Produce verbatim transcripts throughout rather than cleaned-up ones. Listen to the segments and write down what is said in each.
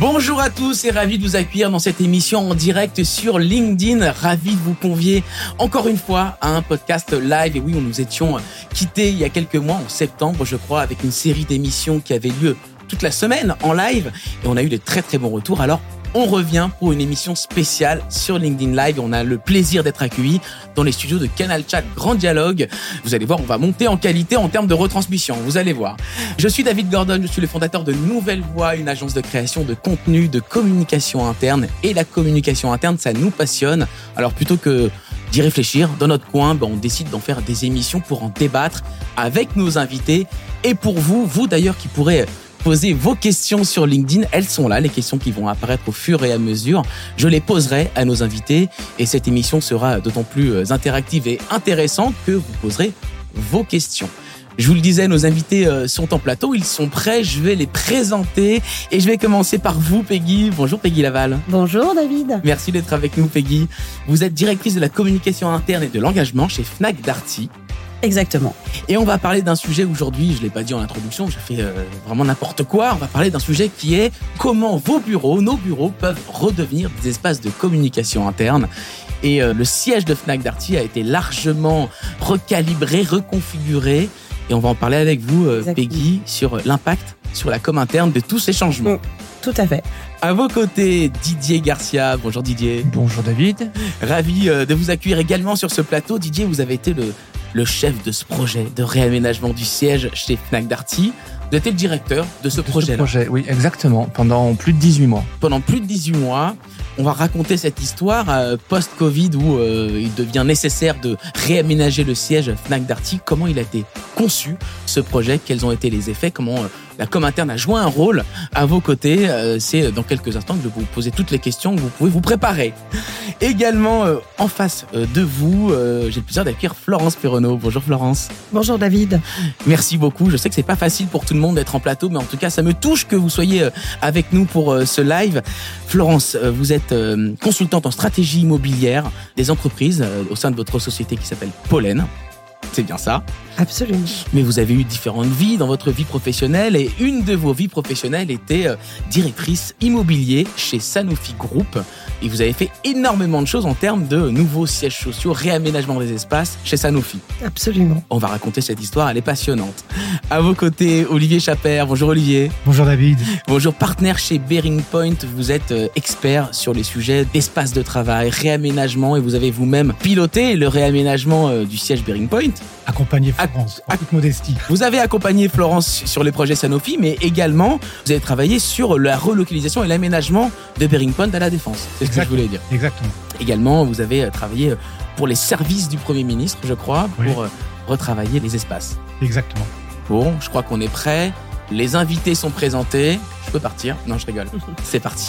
Bonjour à tous et ravi de vous accueillir dans cette émission en direct sur LinkedIn. Ravi de vous convier encore une fois à un podcast live. Et oui, nous étions quittés il y a quelques mois, en septembre je crois, avec une série d'émissions qui avait lieu toute la semaine en live. Et on a eu de très très bons retours. Alors, on revient pour une émission spéciale sur LinkedIn Live. On a le plaisir d'être accueillis dans les studios de Canal Chat Grand Dialogue. Vous allez voir, on va monter en qualité en termes de retransmission. Vous allez voir. Je suis David Gordon, je suis le fondateur de Nouvelle Voix, une agence de création de contenu, de communication interne. Et la communication interne, ça nous passionne. Alors plutôt que d'y réfléchir, dans notre coin, ben on décide d'en faire des émissions pour en débattre avec nos invités. Et pour vous, vous d'ailleurs qui pourrez poser vos questions sur LinkedIn, elles sont là, les questions qui vont apparaître au fur et à mesure. Je les poserai à nos invités et cette émission sera d'autant plus interactive et intéressante que vous poserez vos questions. Je vous le disais, nos invités sont en plateau, ils sont prêts, je vais les présenter et je vais commencer par vous, Peggy. Bonjour Peggy Laval. Bonjour David. Merci d'être avec nous, Peggy. Vous êtes directrice de la communication interne et de l'engagement chez Fnac Darty. Exactement. Et on va parler d'un sujet aujourd'hui, je ne l'ai pas dit en introduction, je fais euh, vraiment n'importe quoi. On va parler d'un sujet qui est comment vos bureaux, nos bureaux peuvent redevenir des espaces de communication interne. Et euh, le siège de Fnac Darty a été largement recalibré, reconfiguré. Et on va en parler avec vous, euh, Peggy, sur l'impact sur la com interne de tous ces changements. Mmh, tout à fait. À vos côtés, Didier Garcia. Bonjour Didier. Bonjour David. Ravi euh, de vous accueillir également sur ce plateau. Didier, vous avez été le... le chef de ce projet de réaménagement du siège chez Fnac Darty. Vous êtes le directeur de ce de projet-là. Ce projet, oui, exactement, pendant plus de dix-huit mois. Pendant plus de dix-huit mois, on va raconter cette histoire euh, post-Covid où euh, il devient nécessaire de réaménager le siège Fnac Darty. Comment il a été conçu, ce projet, quels ont été les effets, comment euh, la com interne a joué un rôle à vos côtés. Euh, c'est dans quelques instants que je vais vous poser toutes les questions que vous pouvez vous préparer. Également, euh, en face euh, de vous, euh, j'ai le plaisir d'accueillir Florence Perronneau. Bonjour Florence. Bonjour David. Merci beaucoup. Je sais que c'est pas facile pour tout le monde d'être en plateau, mais en tout cas, ça me touche que vous soyez euh, avec nous pour euh, ce live. Florence, euh, vous êtes euh, consultante en stratégie immobilière des entreprises euh, au sein de votre société qui s'appelle Pollen. C'est bien ça. Absolument. Mais vous avez eu différentes vies dans votre vie professionnelle et une de vos vies professionnelles était euh, directrice immobilier chez Sanofi Group. Et vous avez fait énormément de choses en termes de nouveaux sièges sociaux, réaménagement des espaces chez Sanofi. Absolument. On va raconter cette histoire, elle est passionnante. À vos côtés, Olivier Chaper. Bonjour Olivier. Bonjour David. Bonjour, partenaire chez Bearing Point. Vous êtes euh, expert sur les sujets d'espace de travail, réaménagement et vous avez vous-même piloté le réaménagement euh, du siège Bearing Point. Accompagné Florence, en toute modestie. Vous avez accompagné Florence sur les projets Sanofi, mais également, vous avez travaillé sur la relocalisation et l'aménagement de Bearing Point à la Défense. C'est ce que je voulais dire. Exactement. Également, vous avez travaillé pour les services du Premier ministre, je crois, oui. pour retravailler les espaces. Exactement. Bon, je crois qu'on est prêts. Les invités sont présentés. Je peux partir? Non, je rigole. C'est parti.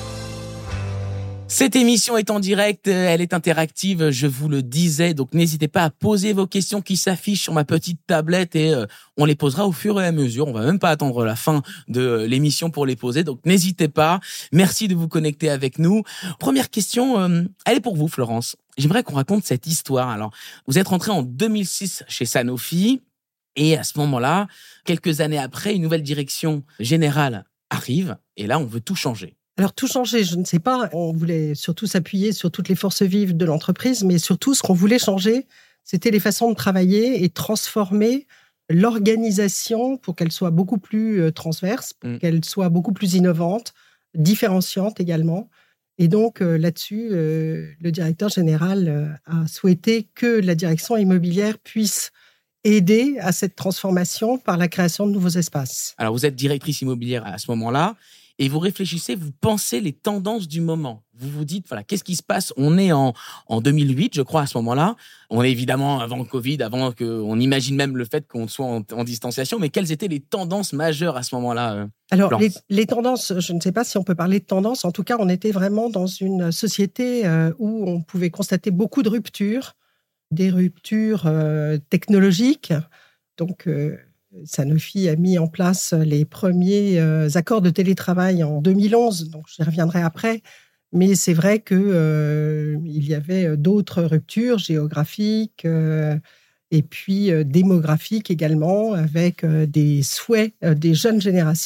Cette émission est en direct, elle est interactive, je vous le disais, donc n'hésitez pas à poser vos questions qui s'affichent sur ma petite tablette et euh, on les posera au fur et à mesure. On va même pas attendre la fin de l'émission pour les poser, donc n'hésitez pas. Merci de vous connecter avec nous. Première question, euh, elle est pour vous, Florence. J'aimerais qu'on raconte cette histoire. Alors, vous êtes rentrée en deux mille six chez Sanofi et à ce moment-là, quelques années après, une nouvelle direction générale arrive et là, on veut tout changer. Alors, tout changer, je ne sais pas. On voulait surtout s'appuyer sur toutes les forces vives de l'entreprise, mais surtout, ce qu'on voulait changer, c'était les façons de travailler et transformer l'organisation pour qu'elle soit beaucoup plus transverse, pour mmh. qu'elle soit beaucoup plus innovante, différenciante également. Et donc, euh, là-dessus, euh, le directeur général euh, a souhaité que la direction immobilière puisse aider à cette transformation par la création de nouveaux espaces. Alors, vous êtes directrice immobilière à ce moment-là. Et vous réfléchissez, vous pensez les tendances du moment. Vous vous dites, voilà, qu'est-ce qui se passe? On est en, en deux mille huit, je crois, à ce moment-là. On est évidemment avant le Covid, avant qu'on imagine même le fait qu'on soit en, en distanciation. Mais quelles étaient les tendances majeures à ce moment-là, euh, Alors, les, les tendances, je ne sais pas si on peut parler de tendances. En tout cas, on était vraiment dans une société euh, où on pouvait constater beaucoup de ruptures, des ruptures euh, technologiques. Donc, euh, Sanofi a mis en place les premiers euh, accords de télétravail en deux mille onze, donc j'y reviendrai après. Mais c'est vrai qu'il euh, y avait d'autres ruptures géographiques euh, et puis euh, démographiques également, avec euh, des souhaits euh, des jeunes générations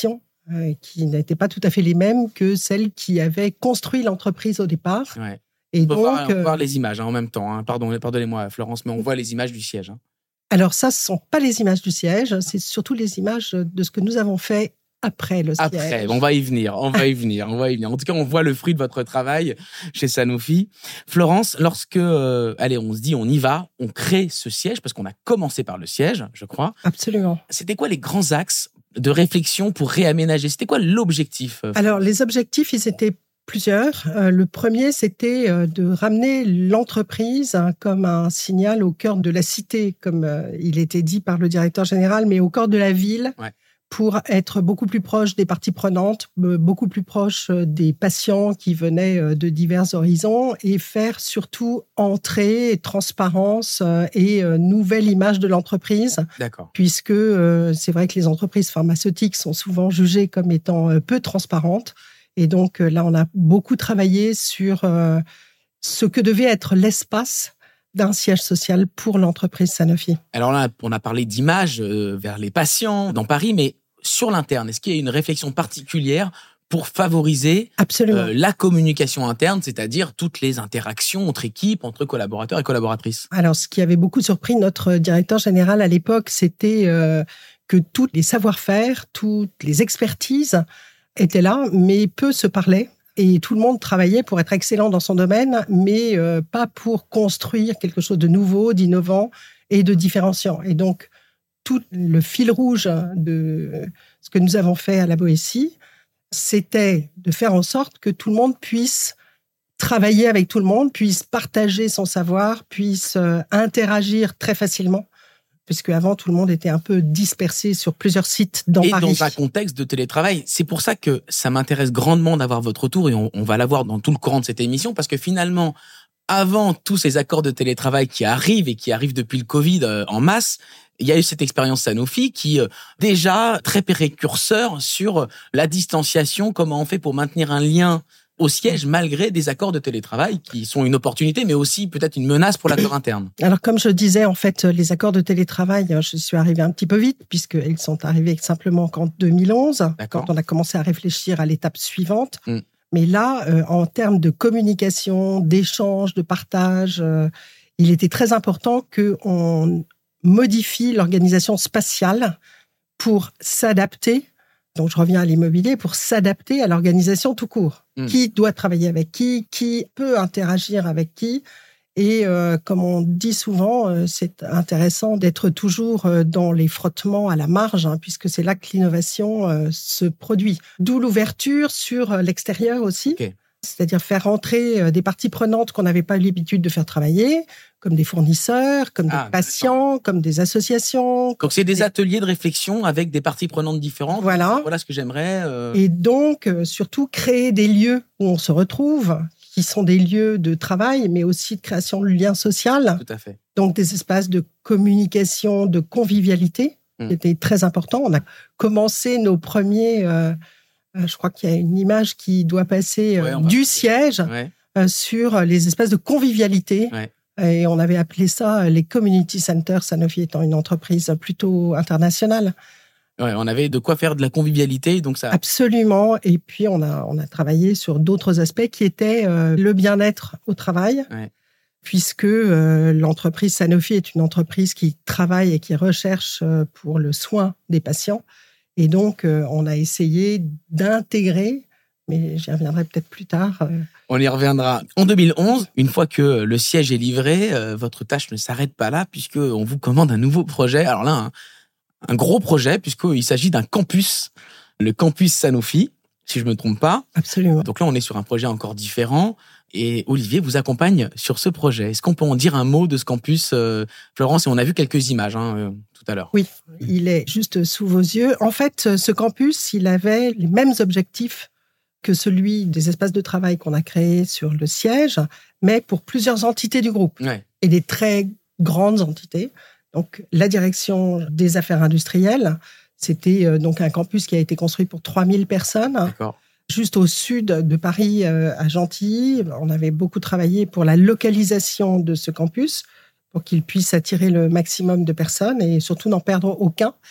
euh, qui n'étaient pas tout à fait les mêmes que celles qui avaient construit l'entreprise au départ. Ouais. Et on peut donc, voir, on peut euh, voir les images hein, en même temps. Hein. Pardon, pardonnez-moi, Florence, mais on voit les images du siège. Hein. Alors ça, ce ne sont pas les images du siège, c'est surtout les images de ce que nous avons fait après le siège. Après, on va y venir, on va y venir, on va y venir. En tout cas, on voit le fruit de votre travail chez Sanofi. Florence, lorsque, euh, allez, on se dit, on y va, on crée ce siège, parce qu'on a commencé par le siège, je crois. Absolument. C'était quoi les grands axes de réflexion pour réaménager? C'était quoi l'objectif? Alors, les objectifs, ils étaient plusieurs. Euh, le premier, c'était euh, de ramener l'entreprise hein, comme un signal au cœur de la cité, comme euh, il était dit par le directeur général, mais au cœur de la ville, ouais. pour être beaucoup plus proche des parties prenantes, beaucoup plus proche des patients qui venaient de divers horizons et faire surtout entrée, transparence et nouvelle image de l'entreprise. D'accord. Puisque euh, c'est vrai que les entreprises pharmaceutiques sont souvent jugées comme étant peu transparentes. Et donc là, on a beaucoup travaillé sur euh, ce que devait être l'espace d'un siège social pour l'entreprise Sanofi. Alors là, on a parlé d'images euh, vers les patients dans Paris, mais sur l'interne, est-ce qu'il y a une réflexion particulière pour favoriser euh, la communication interne, c'est-à-dire toutes les interactions entre équipes, entre collaborateurs et collaboratrices? Alors, ce qui avait beaucoup surpris notre directeur général à l'époque, c'était euh, que tous les savoir-faire, toutes les expertises étaient là, mais peu se parlaient. Et tout le monde travaillait pour être excellent dans son domaine, mais euh, pas pour construire quelque chose de nouveau, d'innovant et de différenciant. Et donc, tout le fil rouge de ce que nous avons fait à la Boétie, c'était de faire en sorte que tout le monde puisse travailler avec tout le monde, puisse partager son savoir, puisse euh, interagir très facilement. Puisque avant tout le monde était un peu dispersé sur plusieurs sites dans et Paris. Et dans un contexte de télétravail. C'est pour ça que ça m'intéresse grandement d'avoir votre retour, et on, on va l'avoir dans tout le courant de cette émission, parce que finalement, avant tous ces accords de télétravail qui arrivent et qui arrivent depuis le Covid euh, en masse, il y a eu cette expérience Sanofi qui, euh, déjà, très précurseur sur la distanciation, comment on fait pour maintenir un lien au siège malgré des accords de télétravail qui sont une opportunité, mais aussi peut-être une menace pour l'acteur interne. Alors, comme je disais, en fait, les accords de télétravail, je suis arrivée un petit peu vite, puisqu'ils sont arrivés simplement qu'en deux mille onze, D'accord. quand on a commencé à réfléchir à l'étape suivante. Mm. Mais là, euh, en termes de communication, d'échange, de partage, euh, il était très important qu'on modifie l'organisation spatiale pour s'adapter. Donc, je reviens à l'immobilier, pour s'adapter à l'organisation tout court. Mmh. Qui doit travailler avec qui? Qui peut interagir avec qui? Et euh, comme on dit souvent, euh, c'est intéressant d'être toujours euh, dans les frottements à la marge, hein, puisque c'est là que l'innovation euh, se produit. D'où l'ouverture sur l'extérieur aussi. Okay. C'est-à-dire faire entrer euh, des parties prenantes qu'on n'avait pas l'habitude de faire travailler, comme des fournisseurs, comme des ah, patients, comme des associations. Donc, c'est des ateliers de réflexion avec des parties prenantes différentes. Voilà. Voilà ce que j'aimerais. Euh... Et donc, euh, surtout, créer des lieux où on se retrouve, qui sont des lieux de travail, mais aussi de création de liens sociaux. Tout à fait. Donc, des espaces de communication, de convivialité, mmh. qui étaient très importants. On a commencé nos premiers... Euh, euh, je crois qu'il y a une image qui doit passer euh, ouais, du siège ouais. euh, sur les espaces de convivialité. Ouais. Et on avait appelé ça les community centers, Sanofi étant une entreprise plutôt internationale. Ouais, on avait de quoi faire de la convivialité, donc ça. Absolument. Et puis on a on a travaillé sur d'autres aspects qui étaient euh, le bien-être au travail, ouais. puisque euh, l'entreprise Sanofi est une entreprise qui travaille et qui recherche euh, pour le soin des patients. Et donc euh, on a essayé d'intégrer. Mais j'y reviendrai peut-être plus tard. On y reviendra. En deux mille onze, une fois que le siège est livré, euh, votre tâche ne s'arrête pas là, puisqu'on vous commande un nouveau projet. Alors là, un, un gros projet, puisqu'il s'agit d'un campus, le campus Sanofi, si je ne me trompe pas. Absolument. Donc là, on est sur un projet encore différent. Et Olivier vous accompagne sur ce projet. Est-ce qu'on peut en dire un mot de ce campus, euh, Florence? Et on a vu quelques images hein, euh, tout à l'heure. Oui, il est juste sous vos yeux. En fait, ce campus, il avait les mêmes objectifs que celui des espaces de travail qu'on a créés sur le siège, mais pour plusieurs entités du groupe. Ouais. Et des très grandes entités. Donc, la direction des affaires industrielles, c'était donc un campus qui a été construit pour trois mille personnes. D'accord. Juste au sud de Paris, à Gentilly. On avait beaucoup travaillé pour la localisation de ce campus, pour qu'il puisse attirer le maximum de personnes et surtout n'en perdre aucun.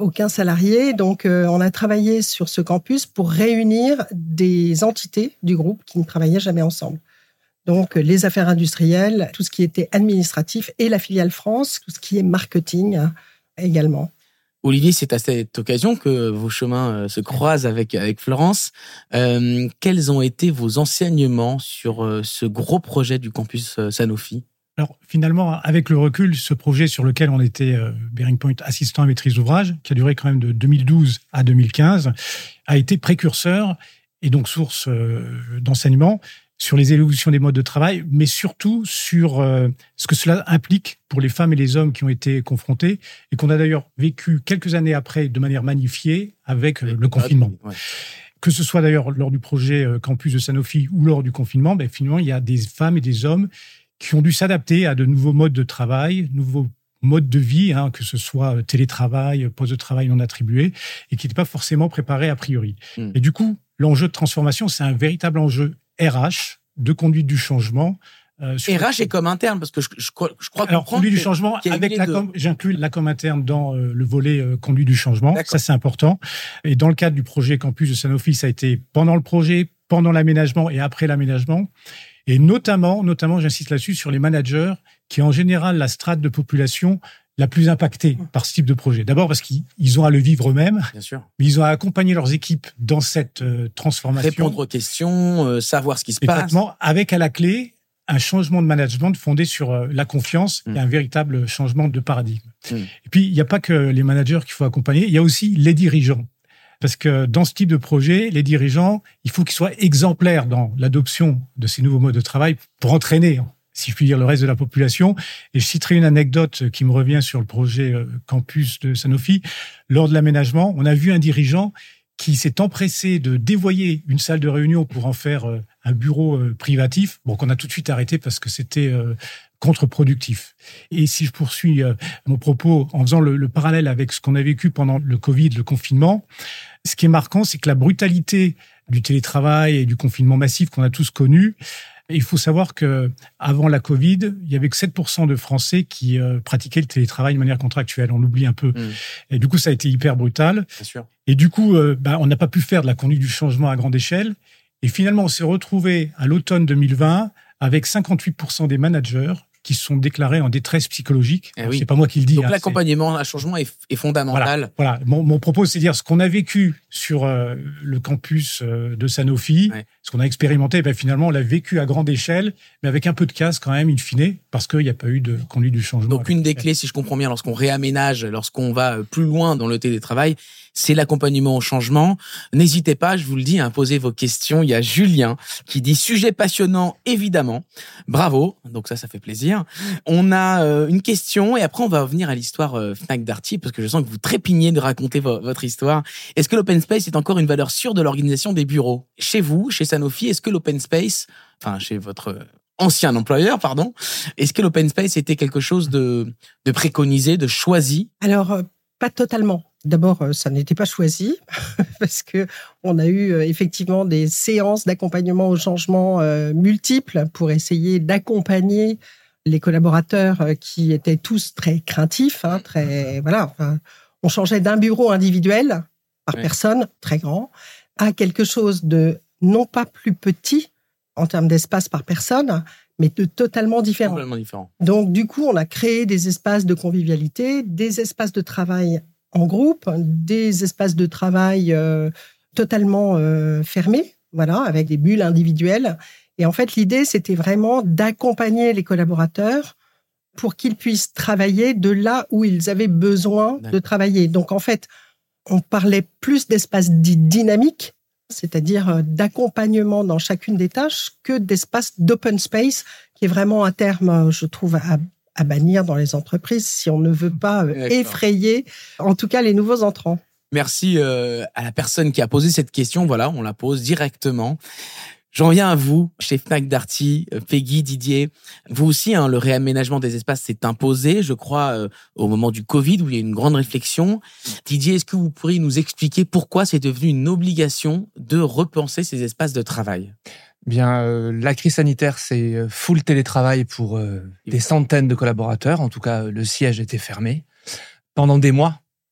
Aucun salarié. Donc, euh, on a travaillé sur ce campus pour réunir des entités du groupe qui ne travaillaient jamais ensemble. Donc, les affaires industrielles, tout ce qui était administratif et la filiale France, tout ce qui est marketing euh, également. Olivier, c'est à cette occasion que vos chemins se croisent avec, avec Florence. Euh, quels ont été vos enseignements sur euh, ce gros projet du campus euh, Sanofi ? Alors, finalement, avec le recul, ce projet sur lequel on était, euh, Bearing Point assistant à maîtrise d'ouvrage, qui a duré quand même de deux mille douze à deux mille quinze, a été précurseur et donc source euh, d'enseignement sur les évolutions des modes de travail, mais surtout sur euh, ce que cela implique pour les femmes et les hommes qui ont été confrontés et qu'on a d'ailleurs vécu quelques années après de manière magnifiée avec euh, le confinement. Ouais. Que ce soit d'ailleurs lors du projet euh, campus de Sanofi ou lors du confinement, ben, finalement, il y a des femmes et des hommes qui ont dû s'adapter à de nouveaux modes de travail, nouveaux modes de vie, hein, que ce soit télétravail, poste de travail non attribué, et qui n'étaient pas forcément préparés a priori. Mmh. Et du coup, l'enjeu de transformation, c'est un véritable enjeu R H, de conduite du changement. Euh, R H est comme interne, parce que je, je, je crois Alors, conduite du changement, avec la com, j'inclus la com interne dans euh, le volet euh, conduite du changement. D'accord. Ça, c'est important. Et dans le cadre du projet campus de Sanofi, ça a été pendant le projet, pendant l'aménagement et après l'aménagement. Et notamment, notamment, j'insiste là-dessus, sur les managers qui, en général, la strate de population la plus impactée par ce type de projet. D'abord parce qu'ils ont à le vivre eux-mêmes, bien sûr, mais ils ont à accompagner leurs équipes dans cette euh, transformation. Répondre aux questions, euh, savoir ce qui se Exactement, passe. Avec à la clé un changement de management fondé sur euh, la confiance mmh. et un véritable changement de paradigme. Mmh. Et puis, il n'y a pas que les managers qu'il faut accompagner, il y a aussi les dirigeants. Parce que dans ce type de projet, les dirigeants, il faut qu'ils soient exemplaires dans l'adoption de ces nouveaux modes de travail pour entraîner, si je puis dire, le reste de la population. Et je citerai une anecdote qui me revient sur le projet campus de Sanofi. Lors de l'aménagement, on a vu un dirigeant qui s'est empressé de dévoyer une salle de réunion pour en faire un bureau privatif, bon, qu'on a tout de suite arrêté parce que c'était contre-productif. Et si je poursuis mon propos en faisant le, le parallèle avec ce qu'on a vécu pendant le Covid, le confinement, ce qui est marquant, c'est que la brutalité du télétravail et du confinement massif qu'on a tous connu, il faut savoir que avant la Covid, il y avait que sept pour cent de Français qui euh, pratiquaient le télétravail de manière contractuelle. On l'oublie un peu. Mmh. Et du coup, ça a été hyper brutal. Bien sûr. Et du coup, euh, bah, on n'a pas pu faire de la conduite du changement à grande échelle. Et finalement, on s'est retrouvé à l'automne deux mille vingt avec cinquante-huit pour cent des managers qui se sont déclarés en détresse psychologique. Eh oui. C'est pas moi qui le dis. Donc hein, l'accompagnement, le changement est, est fondamental. Voilà. voilà. Mon, mon propos, c'est de dire ce qu'on a vécu sur euh, le campus euh, de Sanofi, ouais. ce qu'on a expérimenté, ben, finalement, on l'a vécu à grande échelle, mais avec un peu de casse quand même, in fine, parce qu'il n'y a pas eu de conduite du changement. Donc une des clés, si je comprends bien, lorsqu'on réaménage, lorsqu'on va plus loin dans le télétravail, c'est l'accompagnement au changement. N'hésitez pas, je vous le dis, à poser vos questions. Il y a Julien qui dit « Sujet passionnant, évidemment. Bravo ». Donc ça, ça fait plaisir. On a euh, une question et après, on va revenir à l'histoire euh, Fnac Darty parce que je sens que vous trépignez de raconter vo- votre histoire. Est-ce que l'open space est encore une valeur sûre de l'organisation des bureaux ? Chez vous, chez Sanofi, est-ce que l'open space, enfin chez votre ancien employeur, pardon, est-ce que l'open space était quelque chose de, de préconisé, de choisi ? Alors, euh, pas totalement. D'abord, ça n'était pas choisi parce que on a eu effectivement des séances d'accompagnement au changement euh, multiples pour essayer d'accompagner les collaborateurs qui étaient tous très craintifs, hein, très voilà. Enfin, on changeait d'un bureau individuel par oui. personne, très grand, à quelque chose de non pas plus petit en termes d'espace par personne, mais de totalement différent. Complètement différent. Donc, du coup, on a créé des espaces de convivialité, des espaces de travail en groupe, des espaces de travail euh, totalement euh, fermés, voilà, avec des bulles individuelles. Et en fait, l'idée, c'était vraiment d'accompagner les collaborateurs pour qu'ils puissent travailler de là où ils avaient besoin D'accord. de travailler. Donc, en fait, on parlait plus d'espaces dits dynamiques, c'est-à-dire d'accompagnement dans chacune des tâches, que d'espace d'open space, qui est vraiment un terme, je trouve, à à bannir dans les entreprises si on ne veut pas euh, effrayer, en tout cas, les nouveaux entrants. Merci euh, à la personne qui a posé cette question. Voilà, on la pose directement. J'en viens à vous, chez Fnac Darty, Peggy, Didier. Vous aussi, hein, le réaménagement des espaces s'est imposé, je crois, euh, au moment du Covid, où il y a eu une grande réflexion. Didier, est-ce que vous pourriez nous expliquer pourquoi c'est devenu une obligation de repenser ces espaces de travail ? Bien, euh, la crise sanitaire, c'est full télétravail pour euh, des centaines de collaborateurs. En tout cas, le siège était fermé pendant des mois.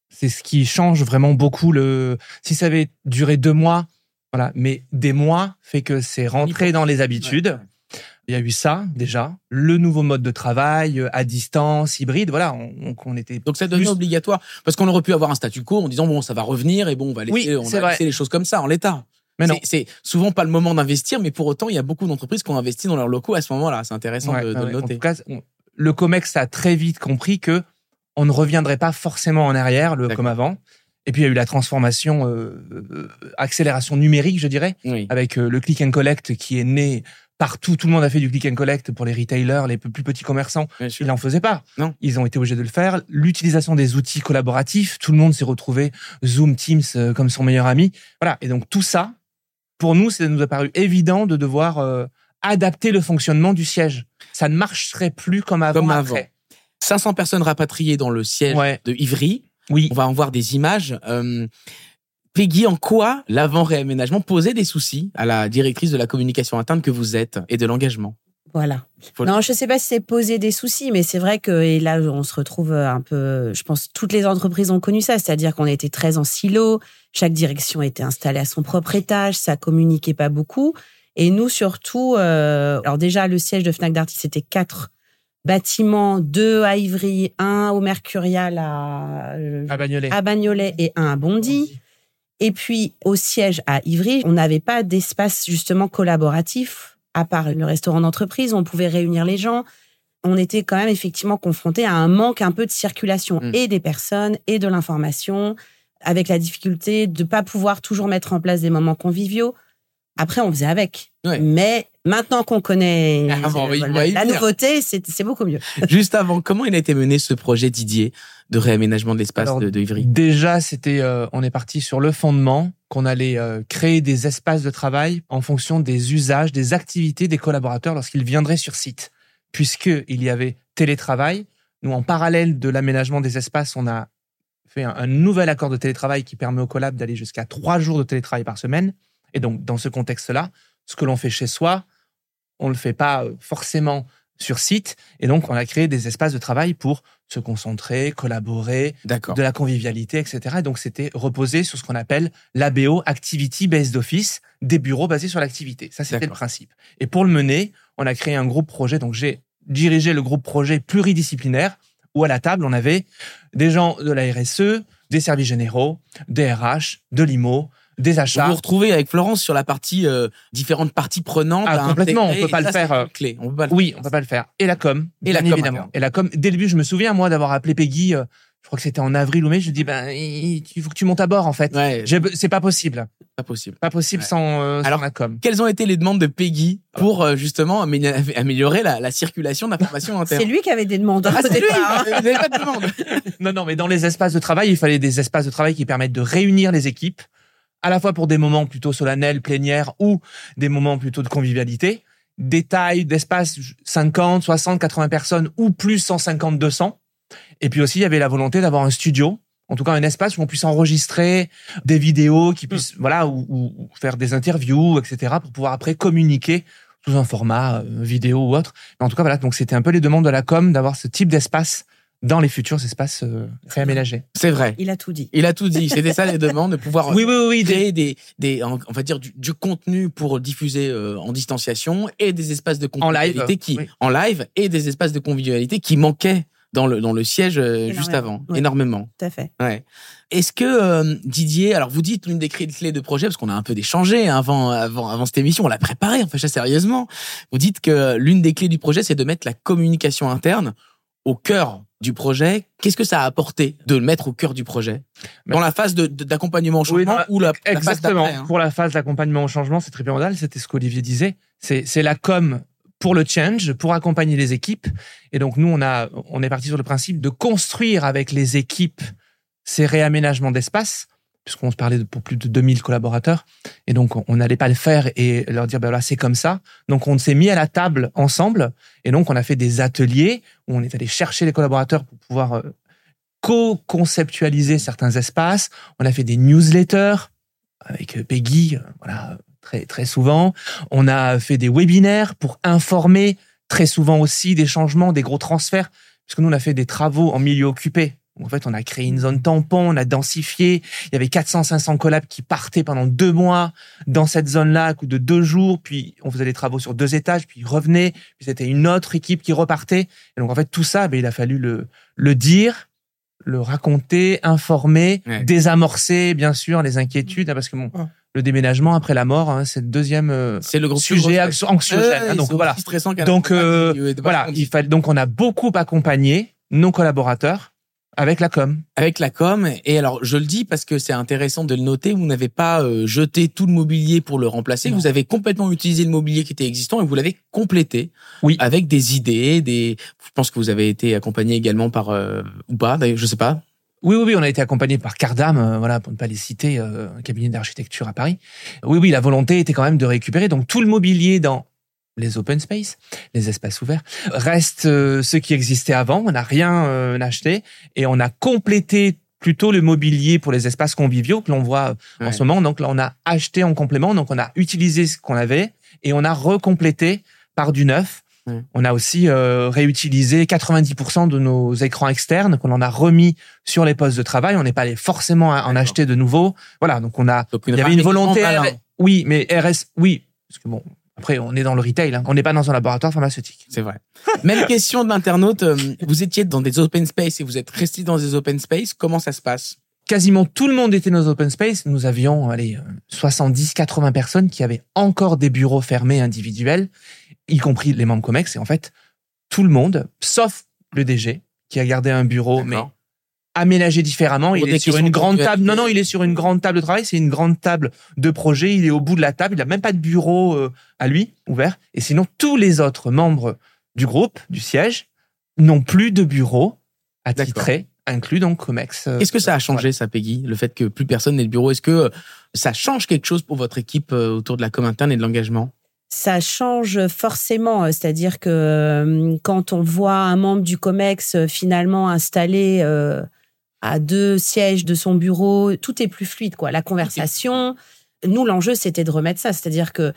C'est ce qui change vraiment beaucoup. Le Si ça avait duré deux mois, voilà, mais des mois fait que c'est rentré dans les habitudes. Ouais, ouais. Il y a eu ça, déjà. Le nouveau mode de travail, à distance, hybride, voilà, on, on était... Donc, ça devient plus... obligatoire. Parce qu'on aurait pu avoir un statu quo en disant, bon, ça va revenir et bon, on va laisser, oui, on va laisser les choses comme ça, en l'état. Mais non. C'est, c'est souvent pas le moment d'investir, mais pour autant, il y a beaucoup d'entreprises qui ont investi dans leurs locaux à ce moment-là. C'est intéressant ouais, de, de ouais, le noter. En tout cas, on, le COMEX a très vite compris que on ne reviendrait pas forcément en arrière, le, comme avant. Et puis, il y a eu la transformation, euh, euh, accélération numérique, je dirais, oui. avec euh, le click and collect qui est né... Partout, tout le monde a fait du click and collect pour les retailers, les plus petits commerçants. Ils n'en faisaient pas. Non. Ils ont été obligés de le faire. L'utilisation des outils collaboratifs, tout le monde s'est retrouvé Zoom, Teams euh, comme son meilleur ami. Voilà. Et donc tout ça, pour nous, ça nous a paru évident de devoir euh, adapter le fonctionnement du siège. Ça ne marcherait plus comme avant. Comme après. avant. cinq cents personnes rapatriées dans le siège ouais. de Ivry. Oui. On va en voir des images. Euh, Peggy, en quoi l'avant-réaménagement posait des soucis à la directrice de la communication interne que vous êtes et de l'engagement? Voilà. Faut non, je ne sais pas si c'est poser des soucis, mais c'est vrai que, et là, on se retrouve un peu, je pense, toutes les entreprises ont connu ça, c'est-à-dire qu'on était très en silo, chaque direction était installée à son propre étage, ça communiquait pas beaucoup. Et nous, surtout, euh, alors déjà, le siège de Fnac Darty, c'était quatre bâtiments, deux à Ivry, un au Mercurial à, à Bagnolet. à Bagnolet et un à Bondy. Et puis, au siège à Ivry, on n'avait pas d'espace justement collaboratif, à part le restaurant d'entreprise, on pouvait réunir les gens. On était quand même effectivement confrontés à un manque un peu de circulation mmh. et des personnes et de l'information, avec la difficulté de ne pas pouvoir toujours mettre en place des moments conviviaux. Après, on faisait avec. Ouais. Mais maintenant qu'on connaît ah bon, oui, la, la nouveauté, c'est, c'est beaucoup mieux. Juste avant, comment il a été mené ce projet, Didier, de réaménagement de l'espace Alors, de, de Ivry? Déjà, c'était, euh, on est parti sur le fondement qu'on allait euh, créer des espaces de travail en fonction des usages, des activités des collaborateurs lorsqu'ils viendraient sur site. Puisqu'il y avait télétravail, nous, en parallèle de l'aménagement des espaces, on a fait un, un nouvel accord de télétravail qui permet aux collabs d'aller jusqu'à trois jours de télétravail par semaine. Et donc, dans ce contexte-là, ce que l'on fait chez soi, on ne le fait pas forcément sur site. Et donc, on a créé des espaces de travail pour se concentrer, collaborer, D'accord. de la convivialité, et cetera. Et donc, c'était reposé sur ce qu'on appelle l'A B O, Activity Based Office, des bureaux basés sur l'activité. Ça, c'était D'accord. le principe. Et pour le mener, on a créé un groupe projet. Donc, j'ai dirigé le groupe projet pluridisciplinaire où à la table, on avait des gens de la R S E, des services généraux, des R H, de l'I M O, des achats. Vous vous retrouvez avec Florence sur la partie euh, différentes parties prenantes. Ah, complètement, on peut pas le faire. Clé. On peut pas le oui, faire. on peut pas le faire. Et la com, et la com, évidemment. Et la com. Dès le début, je me souviens moi d'avoir appelé Peggy. Euh, je crois que c'était en avril ou mai. Je dis ben, il faut que tu montes à bord en fait. Ouais. J'ai, c'est pas possible. Pas possible. Pas possible ouais. sans, euh, Alors, sans la com. Quelles ont été les demandes de Peggy pour euh, justement améliorer la, la circulation d'informations interne? C'est lui qui avait des demandes. Ah, c'est lui. Vous n'avez pas de demande. Non, non, mais dans les espaces de travail, il fallait des espaces de travail qui permettent de réunir les équipes, à la fois pour des moments plutôt solennels, plénières, ou des moments plutôt de convivialité, des tailles d'espace cinquante, soixante, quatre-vingts personnes, ou plus cent cinquante, deux cents. Et puis aussi, il y avait la volonté d'avoir un studio, en tout cas un espace où on puisse enregistrer des vidéos, qui puissent, mmh. voilà, ou, ou faire des interviews, et cetera, pour pouvoir après communiquer sous un format euh, vidéo ou autre. Mais en tout cas, voilà, donc c'était un peu les demandes de la com d'avoir ce type d'espace dans les futurs espaces euh, réaménagés. C'est vrai. Il a tout dit. Il a tout dit. C'était ça les demandes, de pouvoir oui, oui, oui, créer des, des, on va dire du, du contenu pour diffuser euh, en distanciation et des espaces de convivialité en live, qui, oui. en live et des espaces de convivialité qui manquaient dans le dans le siège euh, juste avant, oui. énormément. Tout à fait. Ouais. Est-ce que euh, Didier, alors vous dites l'une des clés de projet parce qu'on a un peu échangé hein, avant avant avant cette émission, on l'a préparé, on fait ça sérieusement. Vous dites que l'une des clés du projet c'est de mettre la communication interne au cœur du projet. Qu'est-ce que ça a apporté de le mettre au cœur du projet dans la phase de, de, d'accompagnement au changement oui, ou la, la phase d'après hein. Pour la phase d'accompagnement au changement, c'est tripédal, c'était ce qu'Olivier disait. C'est c'est la com pour le change, pour accompagner les équipes. Et donc, nous, on a, on est parti sur le principe de construire avec les équipes ces réaménagements d'espace, puisqu'on se parlait de, pour plus de deux mille collaborateurs. Et donc, on n'allait pas le faire et leur dire, ben voilà, c'est comme ça. Donc, on s'est mis à la table ensemble. Et donc, on a fait des ateliers où on est allé chercher les collaborateurs pour pouvoir euh, co-conceptualiser certains espaces. On a fait des newsletters avec Peggy, euh, voilà, très très souvent. On a fait des webinaires pour informer très souvent aussi des changements, des gros transferts, puisque nous on a fait des travaux en milieu occupé. En fait, on a créé une zone tampon, on a densifié. Il y avait quatre cents, cinq cents collabs qui partaient pendant deux mois dans cette zone-là, à coup de deux jours. Puis, on faisait des travaux sur deux étages, puis ils revenaient. Puis, c'était une autre équipe qui repartait. Et donc, en fait, tout ça, ben, il a fallu le, le dire, le raconter, informer, ouais. désamorcer, bien sûr, les inquiétudes. Parce que bon, ouais. le déménagement après la mort, hein, c'est le deuxième euh, c'est le gros sujet anxiogène. Euh, hein, donc, voilà. Donc, euh, voilà, il fallait, donc, on a beaucoup accompagné nos collaborateurs. Avec la com. Avec la com. Et alors, je le dis parce que c'est intéressant de le noter, vous n'avez pas euh, jeté tout le mobilier pour le remplacer. Non. Vous avez complètement utilisé le mobilier qui était existant et vous l'avez complété. Oui. Avec des idées, des. Je pense que vous avez été accompagné également par euh, ou pas, je sais pas. Oui, oui, oui, on a été accompagné par Cardam, euh, voilà, pour ne pas les citer, euh, un cabinet d'architecture à Paris. Oui, oui, la volonté était quand même de récupérer donc tout le mobilier dans les open space, les espaces ouverts, reste euh, ce qui existait avant. On n'a rien euh, acheté et on a complété plutôt le mobilier pour les espaces conviviaux que l'on voit ouais. en ce moment. Donc là, on a acheté en complément. Donc on a utilisé ce qu'on avait et on a recomplété par du neuf. Ouais. On a aussi euh, réutilisé quatre-vingt-dix pour cent de nos écrans externes qu'on en a remis sur les postes de travail. On n'est pas allé forcément en acheter de nouveaux. Voilà, donc on a. Donc il y avait une volonté. R... Oui, mais R S, oui, parce que bon. Après, on est dans le retail, hein. On n'est pas dans un laboratoire pharmaceutique. C'est vrai. Même question de l'internaute. Vous étiez dans des open space et vous êtes resté dans des open space. Comment ça se passe? Quasiment tout le monde était dans les open space. Nous avions, allez, soixante-dix, quatre-vingts personnes qui avaient encore des bureaux fermés individuels, y compris les membres Comex. Et en fait, tout le monde, sauf le D G, qui a gardé un bureau, D'accord. mais aménagé différemment. Pour il est sur une grande table. Non, non, il est sur une grande table de travail. C'est une grande table de projet. Il est au bout de la table. Il n'a même pas de bureau euh, à lui, ouvert. Et sinon, tous les autres membres du groupe, du siège, n'ont plus de bureau attitré, inclus donc Comex. Euh, Est-ce que ça a changé, ouais. ça, Peggy, le fait que plus personne n'ait de bureau? Est-ce que ça change quelque chose pour votre équipe euh, autour de la com interne et de l'engagement? Ça change forcément, c'est-à-dire que euh, quand on voit un membre du Comex euh, finalement installé euh, à deux sièges de son bureau, tout est plus fluide, quoi. La conversation, nous, l'enjeu, c'était de remettre ça. C'est-à-dire que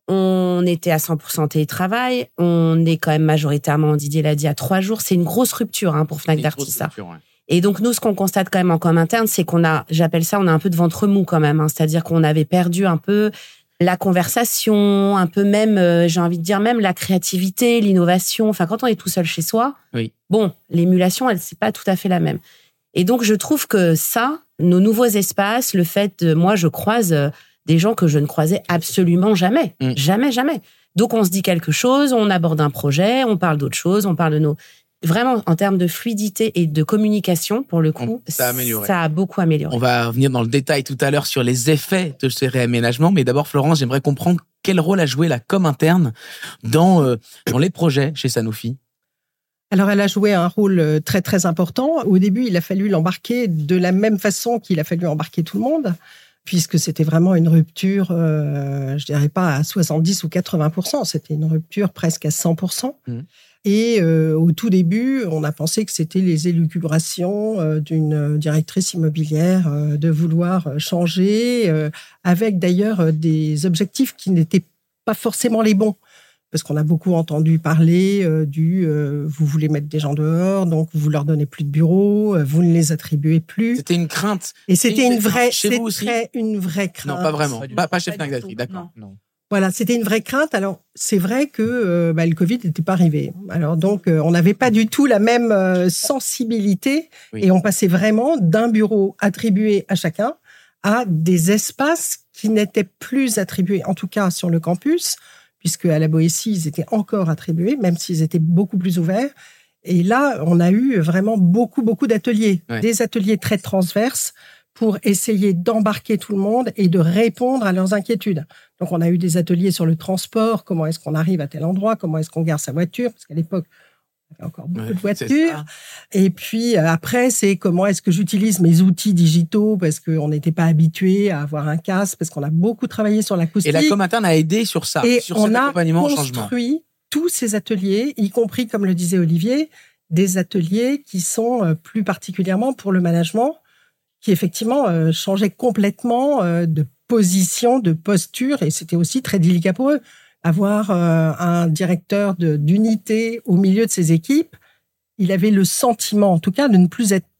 on était à cent pour cent télétravail, on est quand même majoritairement, Didier l'a dit, à trois jours. C'est une grosse rupture hein, pour Fnac Darty, ça. Ouais. Et donc, nous, ce qu'on constate quand même en com interne, c'est qu'on a, j'appelle ça, on a un peu de ventre mou quand même. Hein, c'est-à-dire qu'on avait perdu un peu la conversation, un peu même, euh, j'ai envie de dire, même la créativité, l'innovation. Enfin, quand on est tout seul chez soi, oui. bon, l'émulation, elle, c'est pas tout à fait la même. Et donc, je trouve que ça, nos nouveaux espaces, le fait de, moi, je croise des gens que je ne croisais absolument jamais. Mmh. Jamais, jamais. Donc, on se dit quelque chose, on aborde un projet, on parle d'autre chose, on parle de nos... Vraiment, en termes de fluidité et de communication, pour le coup, ça a amélioré. Ça a beaucoup amélioré. On va venir dans le détail tout à l'heure sur les effets de ces réaménagements. Mais d'abord, Florence, j'aimerais comprendre quel rôle a joué la com interne dans, euh, dans les projets chez Sanofi. Alors, elle a joué un rôle très, très important. Au début, il a fallu l'embarquer de la même façon qu'il a fallu embarquer tout le monde, puisque c'était vraiment une rupture, euh, je dirais pas à soixante-dix ou quatre-vingts pour cent, c'était une rupture presque à cent pour cent. Mmh. Et euh, au tout début, on a pensé que c'était les élucubrations euh, d'une directrice immobilière euh, de vouloir changer, euh, avec d'ailleurs des objectifs qui n'étaient pas forcément les bons. Parce qu'on a beaucoup entendu parler euh, du euh, « vous voulez mettre des gens dehors, donc vous leur donnez plus de bureaux, euh, vous ne les attribuez plus ». C'était une crainte. Et c'était une, une vraie, chez vous aussi une vraie crainte. Non, pas vraiment. Pas, pas chez Fnac Darty, d'accord. Non. Non. Voilà, c'était une vraie crainte. Alors, c'est vrai que euh, bah, le Covid n'était pas arrivé. Alors donc, euh, on n'avait pas du tout la même euh, sensibilité oui. Et on passait vraiment d'un bureau attribué à chacun à des espaces qui n'étaient plus attribués, en tout cas sur le campus, puisque à la Boétie, ils étaient encore attribués, même s'ils étaient beaucoup plus ouverts. Et là, on a eu vraiment beaucoup, beaucoup d'ateliers, ouais. Des ateliers très transverses pour essayer d'embarquer tout le monde et de répondre à leurs inquiétudes. Donc, on a eu des ateliers sur le transport, comment est-ce qu'on arrive à tel endroit, comment est-ce qu'on gare sa voiture, parce qu'à l'époque, on avait encore beaucoup ouais, de voitures. Et puis, après, c'est comment est-ce que j'utilise mes outils digitaux, parce qu'on n'était pas habitué à avoir un casque, parce qu'on a beaucoup travaillé sur l'acoustique. Et la com interne a aidé sur ça, et sur cet accompagnement au changement. Et on a construit tous ces ateliers, y compris, comme le disait Olivier, des ateliers qui sont plus particulièrement pour le management, qui effectivement euh, changeait complètement euh, de position, de posture, et c'était aussi très délicat pour eux. Avoir euh, un directeur de, d'unité au milieu de ses équipes, il avait le sentiment, en tout cas, de ne plus être